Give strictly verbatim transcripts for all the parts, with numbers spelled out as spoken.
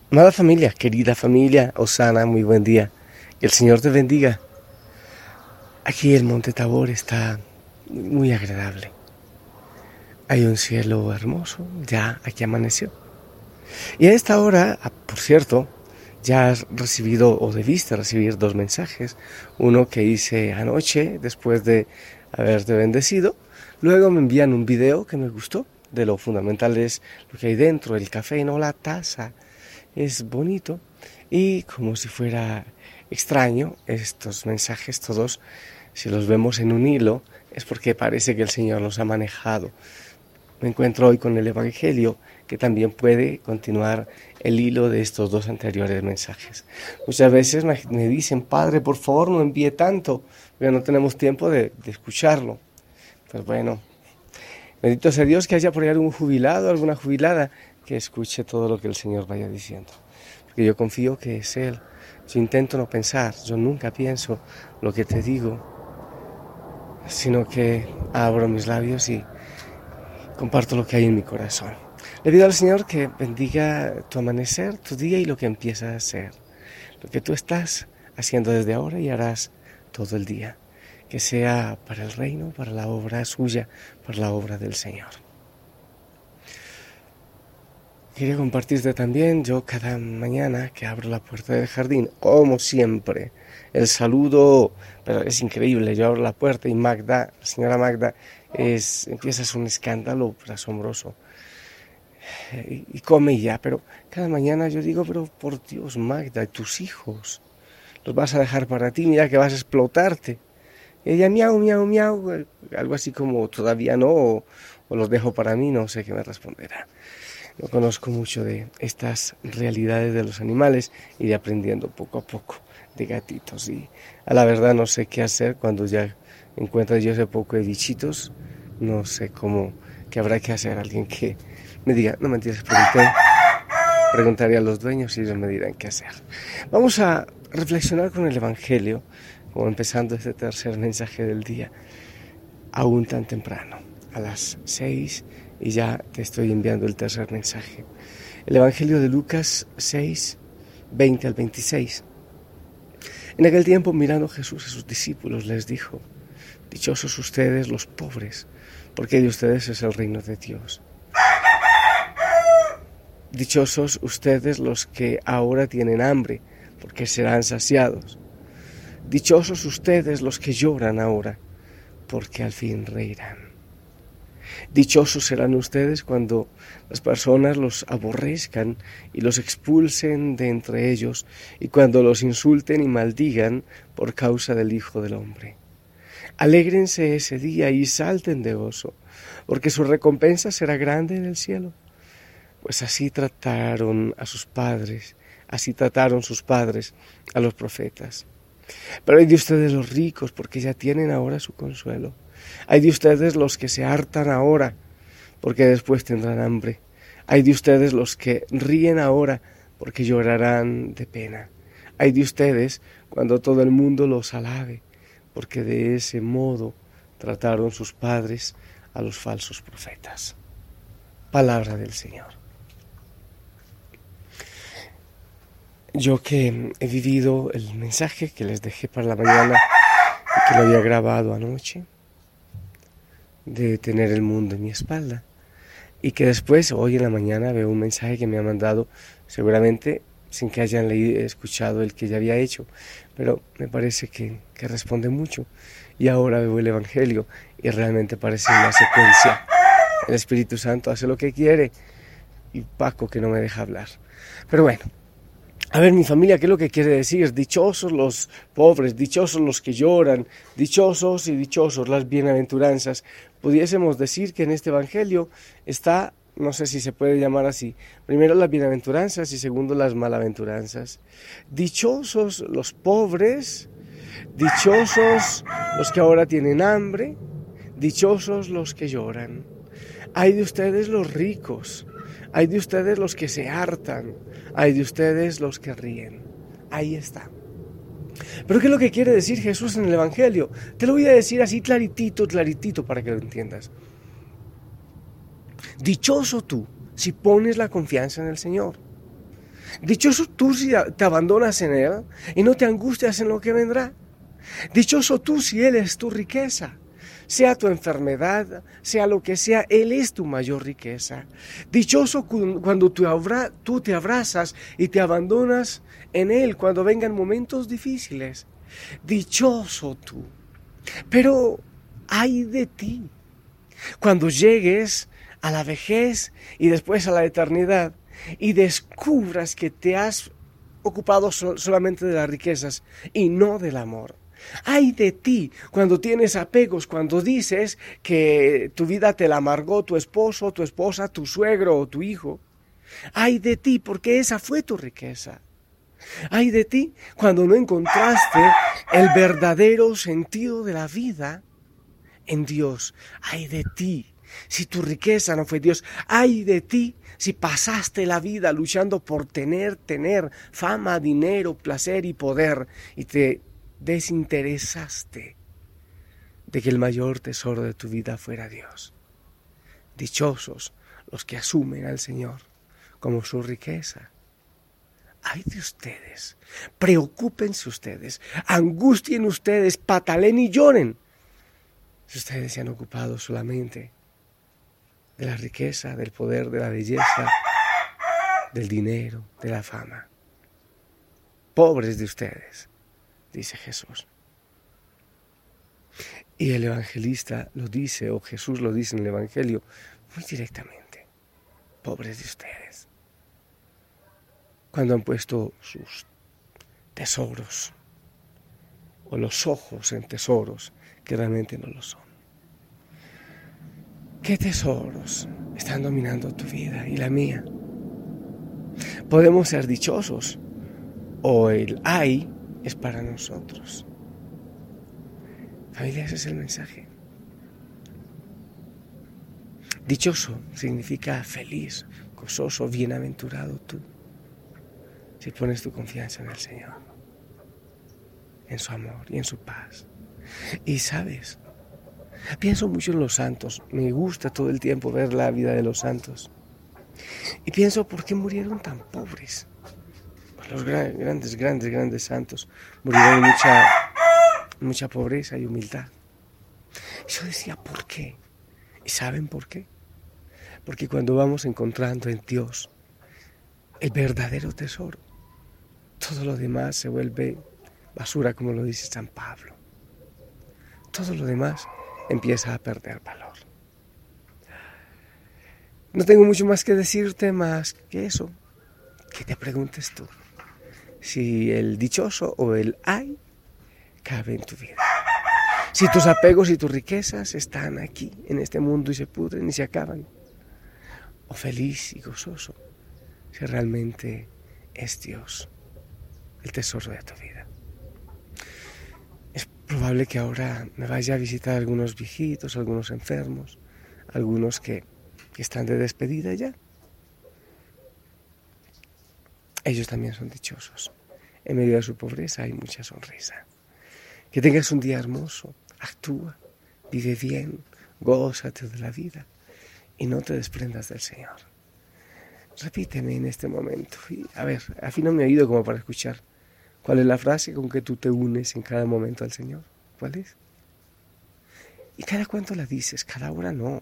Amada familia, querida familia, Osana, muy buen día. Que el Señor te bendiga. Aquí el Monte Tabor está muy agradable. Hay un cielo hermoso, ya aquí amaneció. Y a esta hora, por cierto, ya has recibido o debiste recibir dos mensajes. Uno que hice anoche después de haberte bendecido. Luego me envían un video que me gustó. De lo fundamental es lo que hay dentro, el café y no la taza. Es bonito y como si fuera extraño, estos mensajes todos, si los vemos en un hilo, es porque parece que el Señor los ha manejado. Me encuentro hoy con el Evangelio, que también puede continuar el hilo de estos dos anteriores mensajes. Muchas veces me dicen, Padre, por favor no envíe tanto, porque no tenemos tiempo de, de escucharlo. Pues bueno, bendito sea Dios que haya por ahí algún jubilado, alguna jubilada, que escuche todo lo que el Señor vaya diciendo. Porque yo confío que es Él. Yo intento no pensar, yo nunca pienso lo que te digo, sino que abro mis labios y comparto lo que hay en mi corazón. Le pido al Señor que bendiga tu amanecer, tu día y lo que empiezas a hacer. Lo que tú estás haciendo desde ahora y harás todo el día. Que sea para el reino, para la obra suya, para la obra del Señor. Quería compartirte también, yo cada mañana que abro la puerta del jardín, como siempre, el saludo, pero es increíble, yo abro la puerta y Magda, la señora Magda, es, empieza a hacer un escándalo asombroso y, y come ya, pero cada mañana yo digo, pero por Dios Magda, tus hijos, los vas a dejar para ti, mira que vas a explotarte. Y ella miau, miau, miau, algo así como todavía no, o, o los dejo para mí, no sé qué me responderá. No conozco mucho de estas realidades de los animales, iré aprendiendo poco a poco de gatitos y a la verdad no sé qué hacer cuando ya encuentre yo ese poco de bichitos, no sé cómo, qué habrá que hacer, alguien que me diga, no mentiras, pregunté, preguntaré a los dueños y ellos me dirán qué hacer. Vamos a reflexionar con el Evangelio, como empezando este tercer mensaje del día, aún tan temprano, a las seis. Y ya te estoy enviando el tercer mensaje. El Evangelio de Lucas seis, veinte al veintiséis. En aquel tiempo, mirando Jesús a sus discípulos, les dijo, dichosos ustedes los pobres, porque de ustedes es el reino de Dios. Dichosos ustedes los que ahora tienen hambre, porque serán saciados. Dichosos ustedes los que lloran ahora, porque al fin reirán. Dichosos serán ustedes cuando las personas los aborrezcan y los expulsen de entre ellos, y cuando los insulten y maldigan por causa del Hijo del Hombre. Alégrense ese día y salten de gozo, porque su recompensa será grande en el cielo. Pues así trataron a sus padres, así trataron sus padres a los profetas. Pero hay de ustedes los ricos, porque ya tienen ahora su consuelo. Hay de ustedes los que se hartan ahora, porque después tendrán hambre. Hay de ustedes los que ríen ahora, porque llorarán de pena. Hay de ustedes cuando todo el mundo los alabe, porque de ese modo trataron sus padres a los falsos profetas. Palabra del Señor. Yo que he vivido el mensaje que les dejé para la mañana y que lo había grabado anoche, de tener el mundo en mi espalda, y que después, hoy en la mañana, veo un mensaje que me ha mandado, seguramente sin que hayan leído, escuchado el que ya había hecho, pero me parece que, que responde mucho, y ahora veo el Evangelio, y realmente parece una secuencia. El Espíritu Santo hace lo que quiere, y Paco que no me deja hablar. Pero bueno, a ver, mi familia, ¿qué es lo que quiere decir? Dichosos los pobres, dichosos los que lloran, dichosos y dichosos las bienaventuranzas. Pudiésemos decir que en este Evangelio está, no sé si se puede llamar así, primero las bienaventuranzas y segundo las malaventuranzas. Dichosos los pobres, dichosos los que ahora tienen hambre, dichosos los que lloran. Hay de ustedes los ricos, hay de ustedes los que se hartan, hay de ustedes los que ríen. Ahí está. ¿Pero qué es lo que quiere decir Jesús en el Evangelio? Te lo voy a decir así claritito, claritito para que lo entiendas. Dichoso tú si pones la confianza en el Señor. Dichoso tú si te abandonas en Él y no te angustias en lo que vendrá. Dichoso tú si Él es tu riqueza. Sea tu enfermedad, sea lo que sea, Él es tu mayor riqueza. Dichoso cuando tú te abrazas y te abandonas en Él cuando vengan momentos difíciles. Dichoso tú. Pero ay de ti cuando llegues a la vejez y después a la eternidad y descubras que te has ocupado solamente de las riquezas y no del amor. Ay de ti cuando tienes apegos, cuando dices que tu vida te la amargó tu esposo, tu esposa, tu suegro o tu hijo. Ay de ti porque esa fue tu riqueza. Ay de ti cuando no encontraste el verdadero sentido de la vida en Dios. Ay de ti si tu riqueza no fue Dios. Ay de ti si pasaste la vida luchando por tener, tener fama, dinero, placer y poder y te desinteresaste de que el mayor tesoro de tu vida fuera Dios. Dichosos los que asumen al Señor como su riqueza. Ay de ustedes, preocúpense ustedes, angustien ustedes, patalen y lloren, si ustedes se han ocupado solamente de la riqueza, del poder, de la belleza, del dinero, de la fama. Pobres de ustedes, dice Jesús. Y el evangelista lo dice, o Jesús lo dice en el Evangelio, muy directamente. Pobres de ustedes. Cuando han puesto sus tesoros, o los ojos en tesoros, que realmente no lo son. ¿Qué tesoros están dominando tu vida y la mía? Podemos ser dichosos, o el ay es para nosotros. Familia, ese es el mensaje. Dichoso significa feliz, gozoso, bienaventurado tú, si pones tu confianza en el Señor, en su amor y en su paz. Y sabes, pienso mucho en los santos, me gusta todo el tiempo ver la vida de los santos. Y pienso, ¿por qué murieron tan pobres? Los grandes, grandes, grandes santos murieron en mucha, mucha pobreza y humildad. Y yo decía, ¿por qué? ¿Y saben por qué? Porque cuando vamos encontrando en Dios el verdadero tesoro, todo lo demás se vuelve basura, como lo dice San Pablo. Todo lo demás empieza a perder valor. No tengo mucho más que decirte más que eso, que te preguntes tú si el dichoso o el ay cabe en tu vida. Si tus apegos y tus riquezas están aquí, en este mundo, y se pudren y se acaban. O feliz y gozoso, si realmente es Dios el tesoro de tu vida. Es probable que ahora me vaya a visitar algunos viejitos, algunos enfermos, algunos que, que están de despedida ya. Ellos también son dichosos. En medio de su pobreza hay mucha sonrisa. Que tengas un día hermoso. Actúa, vive bien, gózate de la vida y no te desprendas del Señor. Repíteme en este momento. Y, a ver, afina mi oído como para escuchar. ¿Cuál es la frase con que tú te unes en cada momento al Señor? ¿Cuál es? ¿Y cada cuánto la dices? Cada hora no.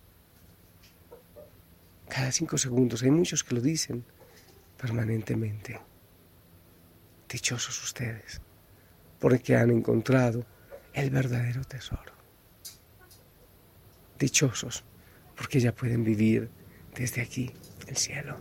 Cada cinco segundos. Hay muchos que lo dicen permanentemente. Dichosos ustedes, porque han encontrado el verdadero tesoro. Dichosos, porque ya pueden vivir desde aquí el cielo.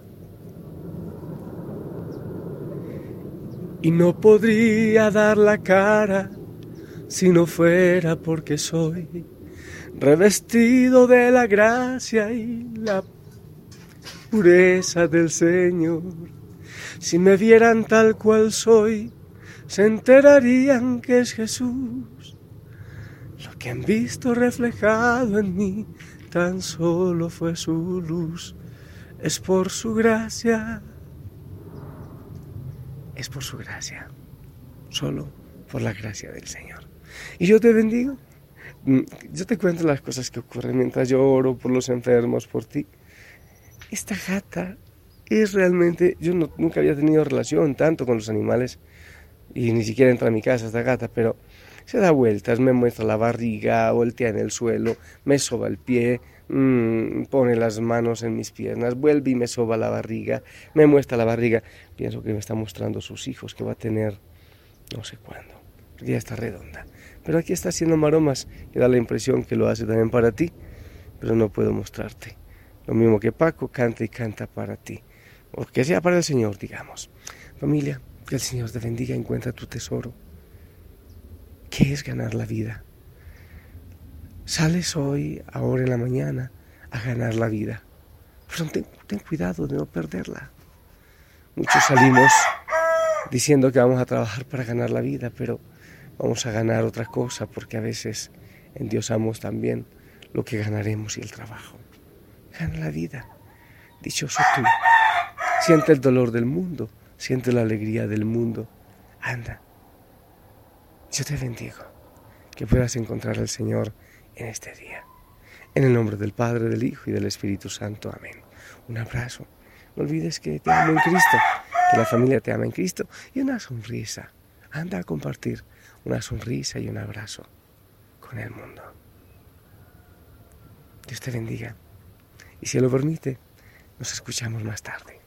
Y no podría dar la cara si no fuera porque soy revestido de la gracia y la pureza del Señor. Si me vieran tal cual soy, se enterarían que es Jesús. Lo que han visto reflejado en mí, tan solo fue su luz. Es por su gracia, es por su gracia, solo por la gracia del Señor. Y yo te bendigo. Yo te cuento las cosas que ocurren mientras yo oro por los enfermos, por ti. Esta gata es realmente, yo no, nunca había tenido relación tanto con los animales y ni siquiera entra a mi casa esta gata, pero se da vueltas, me muestra la barriga, voltea en el suelo, me soba el pie, mmm, pone las manos en mis piernas, vuelve y me soba la barriga, me muestra la barriga. Pienso que me está mostrando sus hijos, que va a tener no sé cuándo, porque ya está redonda. Pero aquí está haciendo maromas y da la impresión que lo hace también para ti, pero no puedo mostrarte. Lo mismo que Paco, canta y canta para ti, o que sea para el Señor, digamos. Familia, que el Señor te bendiga, encuentra tu tesoro. ¿Qué es ganar la vida? Sales hoy, ahora en la mañana, a ganar la vida. Pero ten, ten cuidado de no perderla. Muchos salimos diciendo que vamos a trabajar para ganar la vida, pero vamos a ganar otra cosa, porque a veces endiosamos también lo que ganaremos y el trabajo. Gana la vida. Dichoso tú. Siente el dolor del mundo, siente la alegría del mundo. Anda. Yo te bendigo, que puedas encontrar al Señor en este día. En el nombre del Padre, del Hijo y del Espíritu Santo. Amén. Un abrazo. No olvides que te amo en Cristo, que la familia te ama en Cristo y una sonrisa. Anda a compartir una sonrisa y un abrazo con el mundo. Dios te bendiga. Y si lo permite, nos escuchamos más tarde.